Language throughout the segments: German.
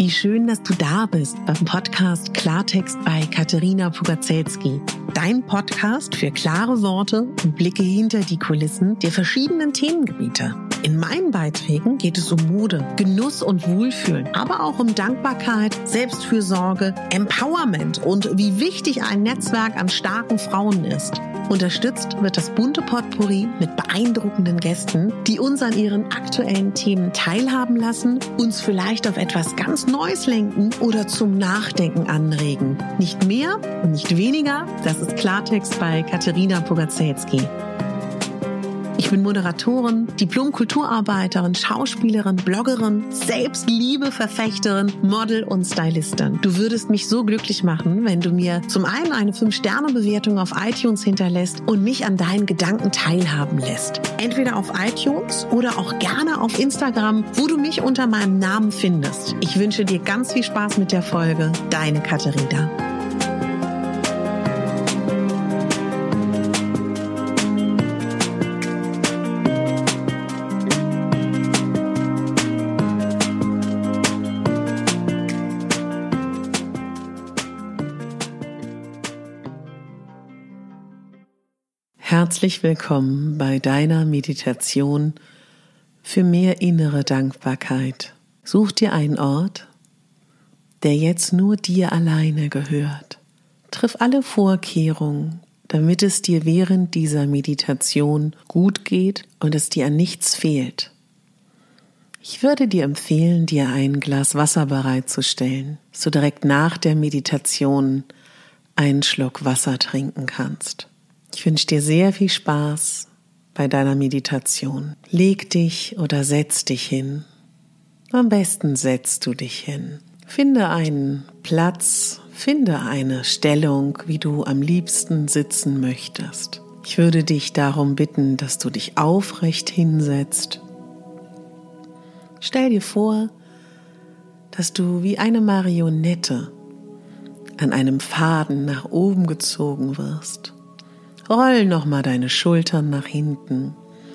Wie schön, dass du da bist beim Podcast Klartext bei Katerina Pugacelski. Dein Podcast für klare Worte und Blicke hinter die Kulissen der verschiedenen Themengebiete. In meinen Beiträgen geht es um Mode, Genuss und Wohlfühlen, aber auch um Dankbarkeit, Selbstfürsorge, Empowerment und wie wichtig ein Netzwerk an starken Frauen ist. Unterstützt wird das bunte Potpourri mit beeindruckenden Gästen, die uns an ihren aktuellen Themen teilhaben lassen, uns vielleicht auf etwas ganz Neues lenken oder zum Nachdenken anregen. Nicht mehr und nicht weniger, das ist Klartext bei Katerina Pugacelski. Ich bin Moderatorin, Diplom-Kulturarbeiterin, Schauspielerin, Bloggerin, Selbstliebe-Verfechterin, Model und Stylistin. Du würdest mich so glücklich machen, wenn du mir zum einen eine 5-Sterne-Bewertung auf iTunes hinterlässt und mich an deinen Gedanken teilhaben lässt. Entweder auf iTunes oder auch gerne auf Instagram, wo du mich unter meinem Namen findest. Ich wünsche dir ganz viel Spaß mit der Folge. Deine Katerina. Herzlich willkommen bei deiner Meditation für mehr innere Dankbarkeit. Such dir einen Ort, der jetzt nur dir alleine gehört. Triff alle Vorkehrungen, damit es dir während dieser Meditation gut geht und es dir an nichts fehlt. Ich würde dir empfehlen, dir ein Glas Wasser bereitzustellen, so du direkt nach der Meditation einen Schluck Wasser trinken kannst. Ich wünsche dir sehr viel Spaß bei deiner Meditation. Leg dich oder setz dich hin. Am besten setzt du dich hin. Finde einen Platz, finde eine Stellung, wie du am liebsten sitzen möchtest. Ich würde dich darum bitten, dass du dich aufrecht hinsetzt. Stell dir vor, dass du wie eine Marionette an einem Faden nach oben gezogen wirst. Roll nochmal deine Schultern nach hinten.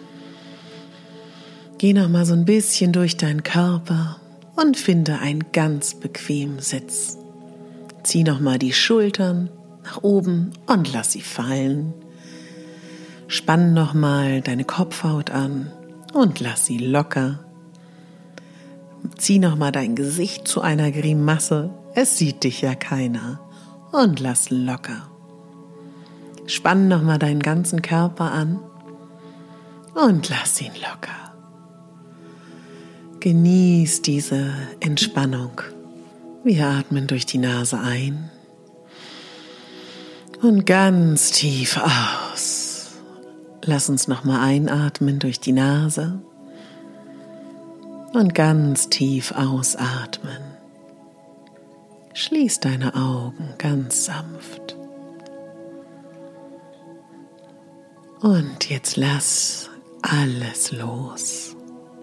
Geh nochmal so ein bisschen durch deinen Körper und finde einen ganz bequemen Sitz. Zieh nochmal die Schultern nach oben und lass sie fallen. Spann nochmal deine Kopfhaut an und lass sie locker. Zieh nochmal dein Gesicht zu einer Grimasse, es sieht dich ja keiner, und lass locker. Spann nochmal deinen ganzen Körper an und lass ihn locker. Genieß diese Entspannung. Wir atmen durch die Nase ein und ganz tief aus. Lass uns nochmal einatmen durch die Nase und ganz tief ausatmen. Schließ deine Augen ganz sanft. Und jetzt lass alles los.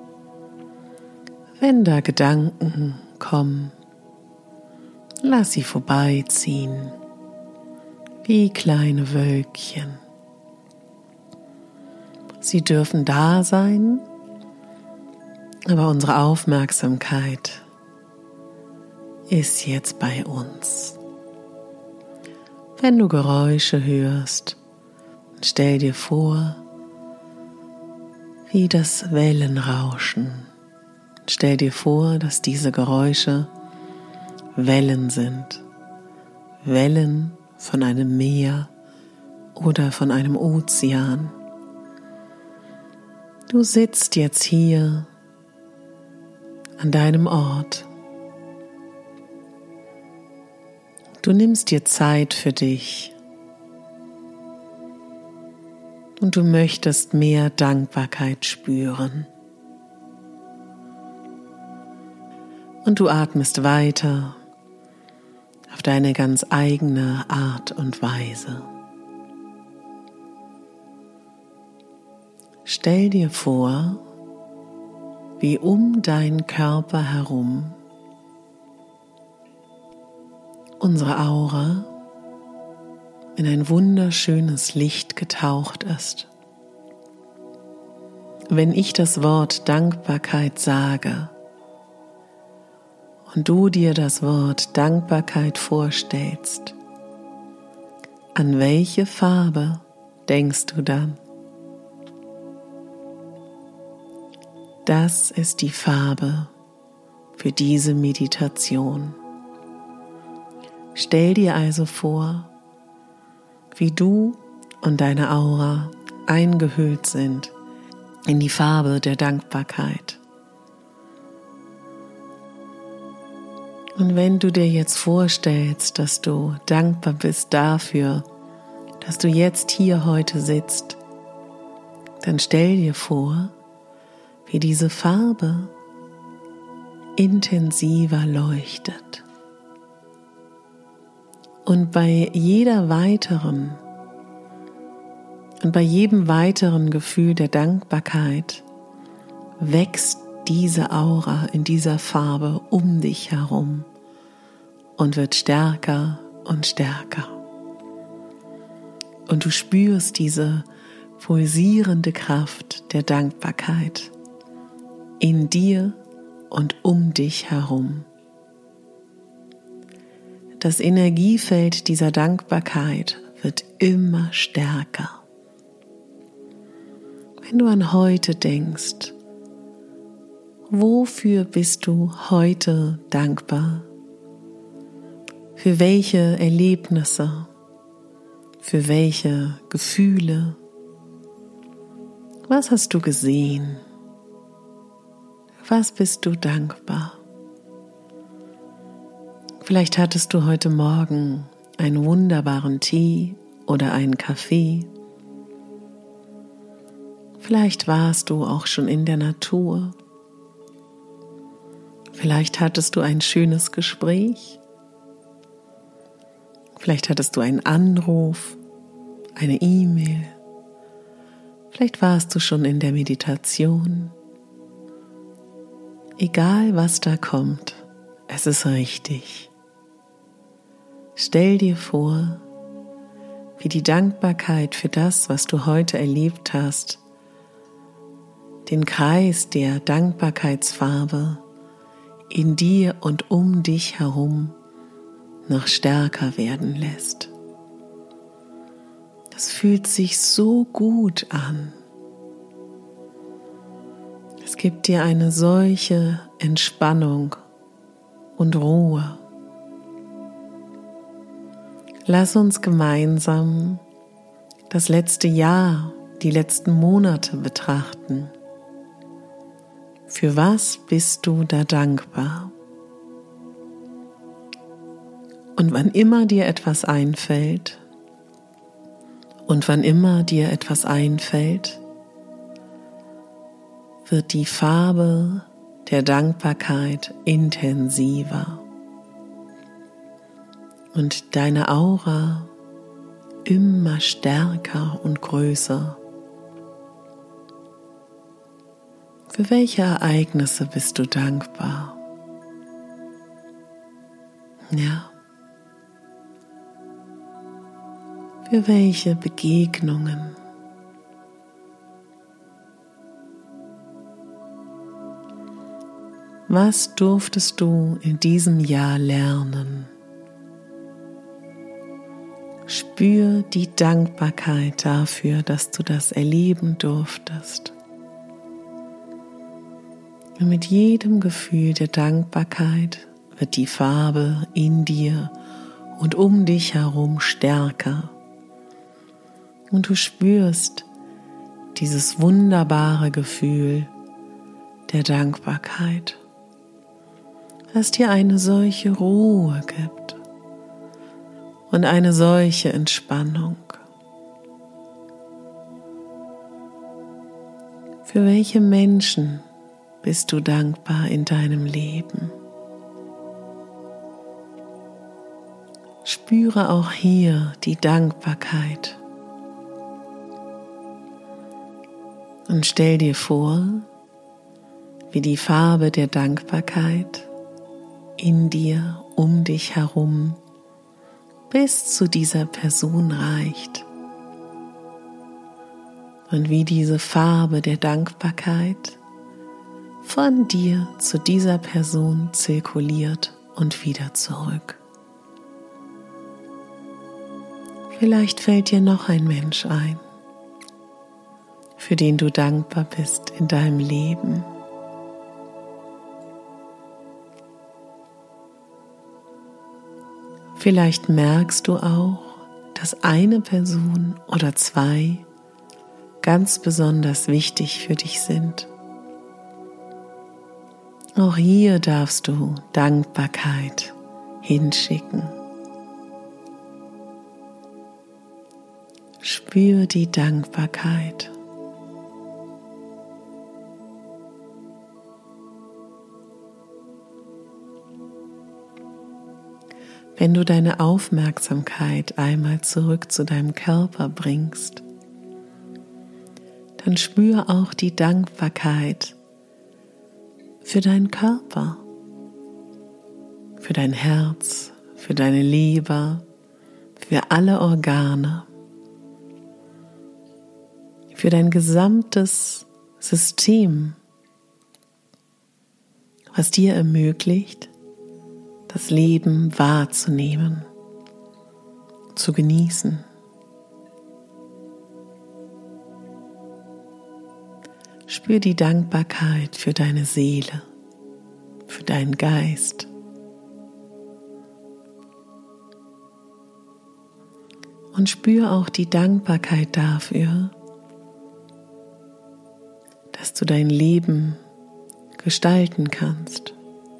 Wenn da Gedanken kommen, lass sie vorbeiziehen, wie kleine Wölkchen. Sie dürfen da sein, aber unsere Aufmerksamkeit ist jetzt bei uns. Wenn du Geräusche hörst, stell dir vor, wie das Wellenrauschen. Stell dir vor, dass diese Geräusche Wellen sind. Wellen von einem Meer oder von einem Ozean. Du sitzt jetzt hier an deinem Ort. Du nimmst dir Zeit für dich. Und du möchtest mehr Dankbarkeit spüren. Und du atmest weiter auf deine ganz eigene Art und Weise. Stell dir vor, wie um deinen Körper herum unsere Aura in ein wunderschönes Licht getaucht ist. Wenn ich das Wort Dankbarkeit sage und du dir das Wort Dankbarkeit vorstellst, an welche Farbe denkst du dann? Das ist die Farbe für diese Meditation. Stell dir also vor, wie du und deine Aura eingehüllt sind in die Farbe der Dankbarkeit. Und wenn du dir jetzt vorstellst, dass du dankbar bist dafür, dass du jetzt hier heute sitzt, dann stell dir vor, wie diese Farbe intensiver leuchtet. Und bei jedem weiteren Gefühl der Dankbarkeit wächst diese Aura in dieser Farbe um dich herum und wird stärker und stärker. Und du spürst diese pulsierende Kraft der Dankbarkeit in dir und um dich herum. Das Energiefeld dieser Dankbarkeit wird immer stärker. Wenn du an heute denkst, wofür bist du heute dankbar? Für welche Erlebnisse? Für welche Gefühle? Was hast du gesehen? Was bist du dankbar? Vielleicht hattest du heute Morgen einen wunderbaren Tee oder einen Kaffee. Vielleicht warst du auch schon in der Natur. Vielleicht hattest du ein schönes Gespräch. Vielleicht hattest du einen Anruf, eine E-Mail. Vielleicht warst du schon in der Meditation. Egal was da kommt, es ist richtig. Stell dir vor, wie die Dankbarkeit für das, was du heute erlebt hast, den Kreis der Dankbarkeitsfarbe in dir und um dich herum noch stärker werden lässt. Das fühlt sich so gut an. Es gibt dir eine solche Entspannung und Ruhe. Lass uns gemeinsam das letzte Jahr, die letzten Monate betrachten. Für was bist du da dankbar? Und wann immer dir etwas einfällt, wird die Farbe der Dankbarkeit intensiver und deine Aura immer stärker und größer. Für welche Ereignisse bist du dankbar? Ja. Für welche Begegnungen? Was durftest du in diesem Jahr lernen? Spür die Dankbarkeit dafür, dass du das erleben durftest. Und mit jedem Gefühl der Dankbarkeit wird die Farbe in dir und um dich herum stärker. Und du spürst dieses wunderbare Gefühl der Dankbarkeit, das dir eine solche Ruhe gibt und eine solche Entspannung. Für welche Menschen bist du dankbar in deinem Leben? Spüre auch hier die Dankbarkeit und stell dir vor, wie die Farbe der Dankbarkeit in dir, um dich herum, bis zu dieser Person reicht. Und wie diese Farbe der Dankbarkeit von dir zu dieser Person zirkuliert und wieder zurück. Vielleicht fällt dir noch ein Mensch ein, für den du dankbar bist in deinem Leben. Vielleicht merkst du auch, dass eine Person oder zwei ganz besonders wichtig für dich sind. Auch hier darfst du Dankbarkeit hinschicken. Spür die Dankbarkeit. Wenn du deine Aufmerksamkeit einmal zurück zu deinem Körper bringst, dann spür auch die Dankbarkeit für deinen Körper, für dein Herz, für deine Leber, für alle Organe, für dein gesamtes System, was dir ermöglicht, das Leben wahrzunehmen, zu genießen. Spür die Dankbarkeit für deine Seele, für deinen Geist. Und spür auch die Dankbarkeit dafür, dass du dein Leben gestalten kannst.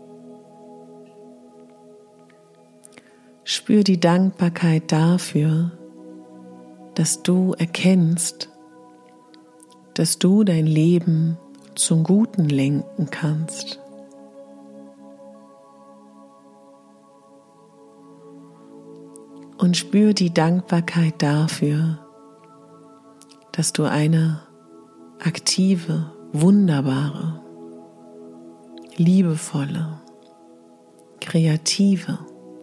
Spür die Dankbarkeit dafür, dass du erkennst, dass du dein Leben zum Guten lenken kannst. Und spür die Dankbarkeit dafür, dass du eine aktive, wunderbare, liebevolle, kreative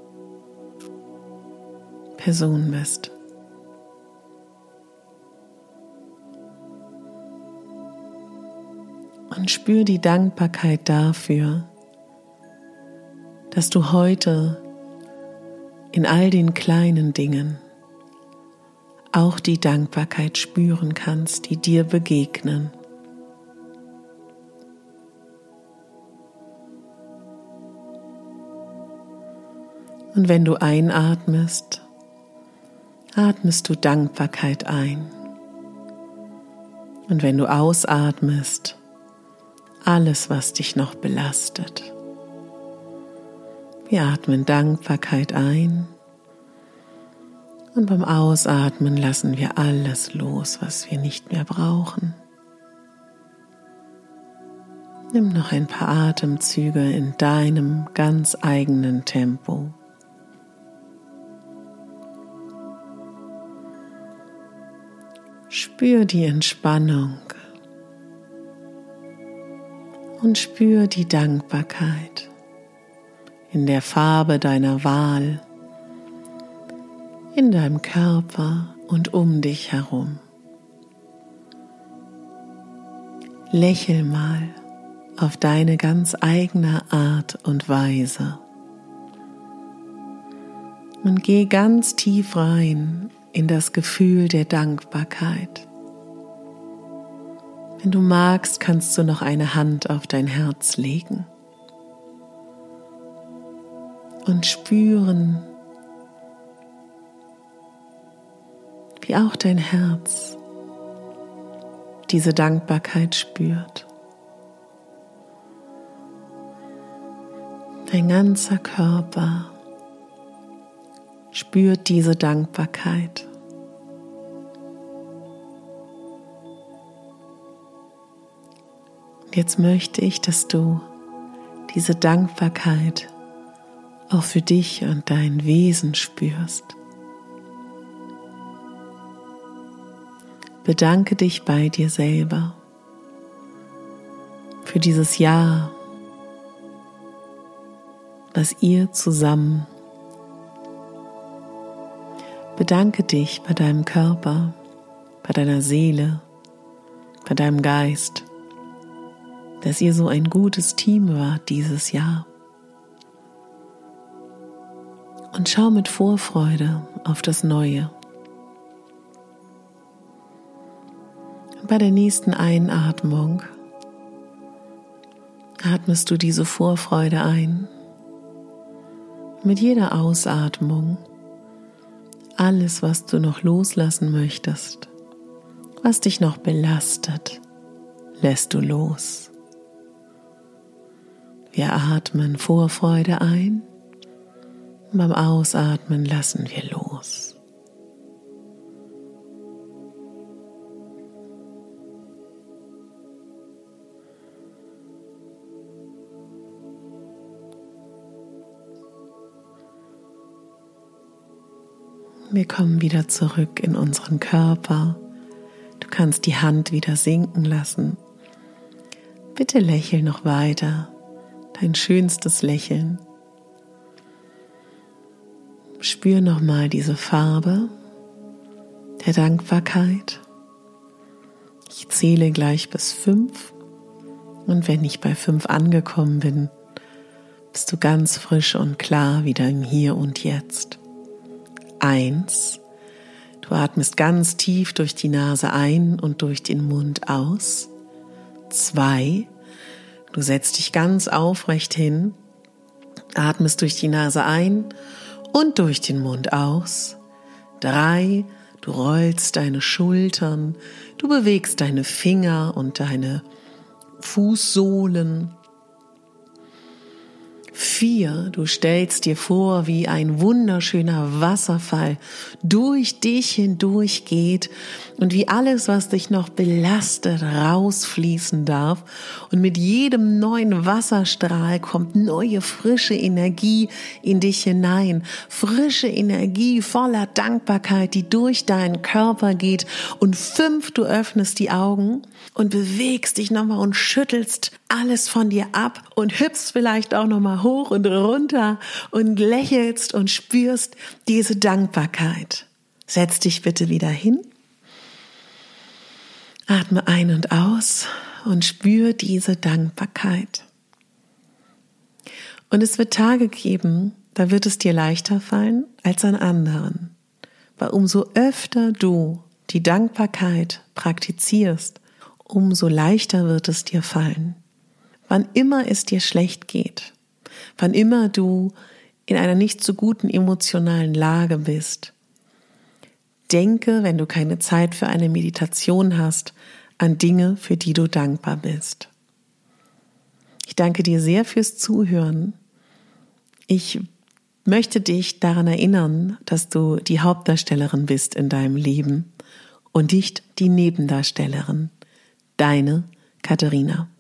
Person bist. Und spür die Dankbarkeit dafür, dass du heute in all den kleinen Dingen auch die Dankbarkeit spüren kannst, die dir begegnen. Und wenn du einatmest, atmest du Dankbarkeit ein. Und wenn du ausatmest, alles, was dich noch belastet. Wir atmen Dankbarkeit ein und beim Ausatmen lassen wir alles los, was wir nicht mehr brauchen. Nimm noch ein paar Atemzüge in deinem ganz eigenen Tempo. Spür die Entspannung und spür die Dankbarkeit in der Farbe deiner Wahl, in deinem Körper und um dich herum. Lächel mal auf deine ganz eigene Art und Weise und geh ganz tief rein in das Gefühl der Dankbarkeit. Wenn du magst, kannst du noch eine Hand auf dein Herz legen und spüren, wie auch dein Herz diese Dankbarkeit spürt. Dein ganzer Körper spürt diese Dankbarkeit. Und jetzt möchte ich, dass du diese Dankbarkeit auch für dich und dein Wesen spürst. Bedanke dich bei dir selber für dieses Jahr, was ihr zusammen. Bedanke dich bei deinem Körper, bei deiner Seele, bei deinem Geist dass ihr so ein gutes Team wart dieses Jahr. Und schau mit Vorfreude auf das Neue. Und bei der nächsten Einatmung atmest du diese Vorfreude ein. Mit jeder Ausatmung alles, was du noch loslassen möchtest, was dich noch belastet, lässt du los. Wir atmen Vorfreude ein und beim Ausatmen lassen wir los. Wir kommen wieder zurück in unseren Körper. Du kannst die Hand wieder sinken lassen. Bitte lächel noch weiter, dein schönstes Lächeln. Spür nochmal diese Farbe der Dankbarkeit. Ich zähle gleich bis 5 und wenn ich bei 5 angekommen bin, bist du ganz frisch und klar wieder im Hier und Jetzt. 1. Du atmest ganz tief durch die Nase ein und durch den Mund aus. 2. Du setzt dich ganz aufrecht hin, atmest durch die Nase ein und durch den Mund aus. 3. Du rollst deine Schultern, du bewegst deine Finger und deine Fußsohlen. 4. Du stellst dir vor, wie ein wunderschöner Wasserfall durch dich hindurch geht und wie alles, was dich noch belastet, rausfließen darf. Und mit jedem neuen Wasserstrahl kommt neue, frische Energie in dich hinein. Frische Energie voller Dankbarkeit, die durch deinen Körper geht. Und 5. Du öffnest die Augen und bewegst dich nochmal und schüttelst alles von dir ab und hüpfst vielleicht auch nochmal hoch und runter und lächelst und spürst diese Dankbarkeit. Setz dich bitte wieder hin, atme ein und aus und spür diese Dankbarkeit. Und es wird Tage geben, da wird es dir leichter fallen als an anderen. Weil umso öfter du die Dankbarkeit praktizierst, umso leichter wird es dir fallen. Wann immer es dir schlecht geht, wann immer du in einer nicht so guten emotionalen Lage bist, denke, wenn du keine Zeit für eine Meditation hast, an Dinge, für die du dankbar bist. Ich danke dir sehr fürs Zuhören. Ich möchte dich daran erinnern, dass du die Hauptdarstellerin bist in deinem Leben und nicht die Nebendarstellerin. Deine Katharina.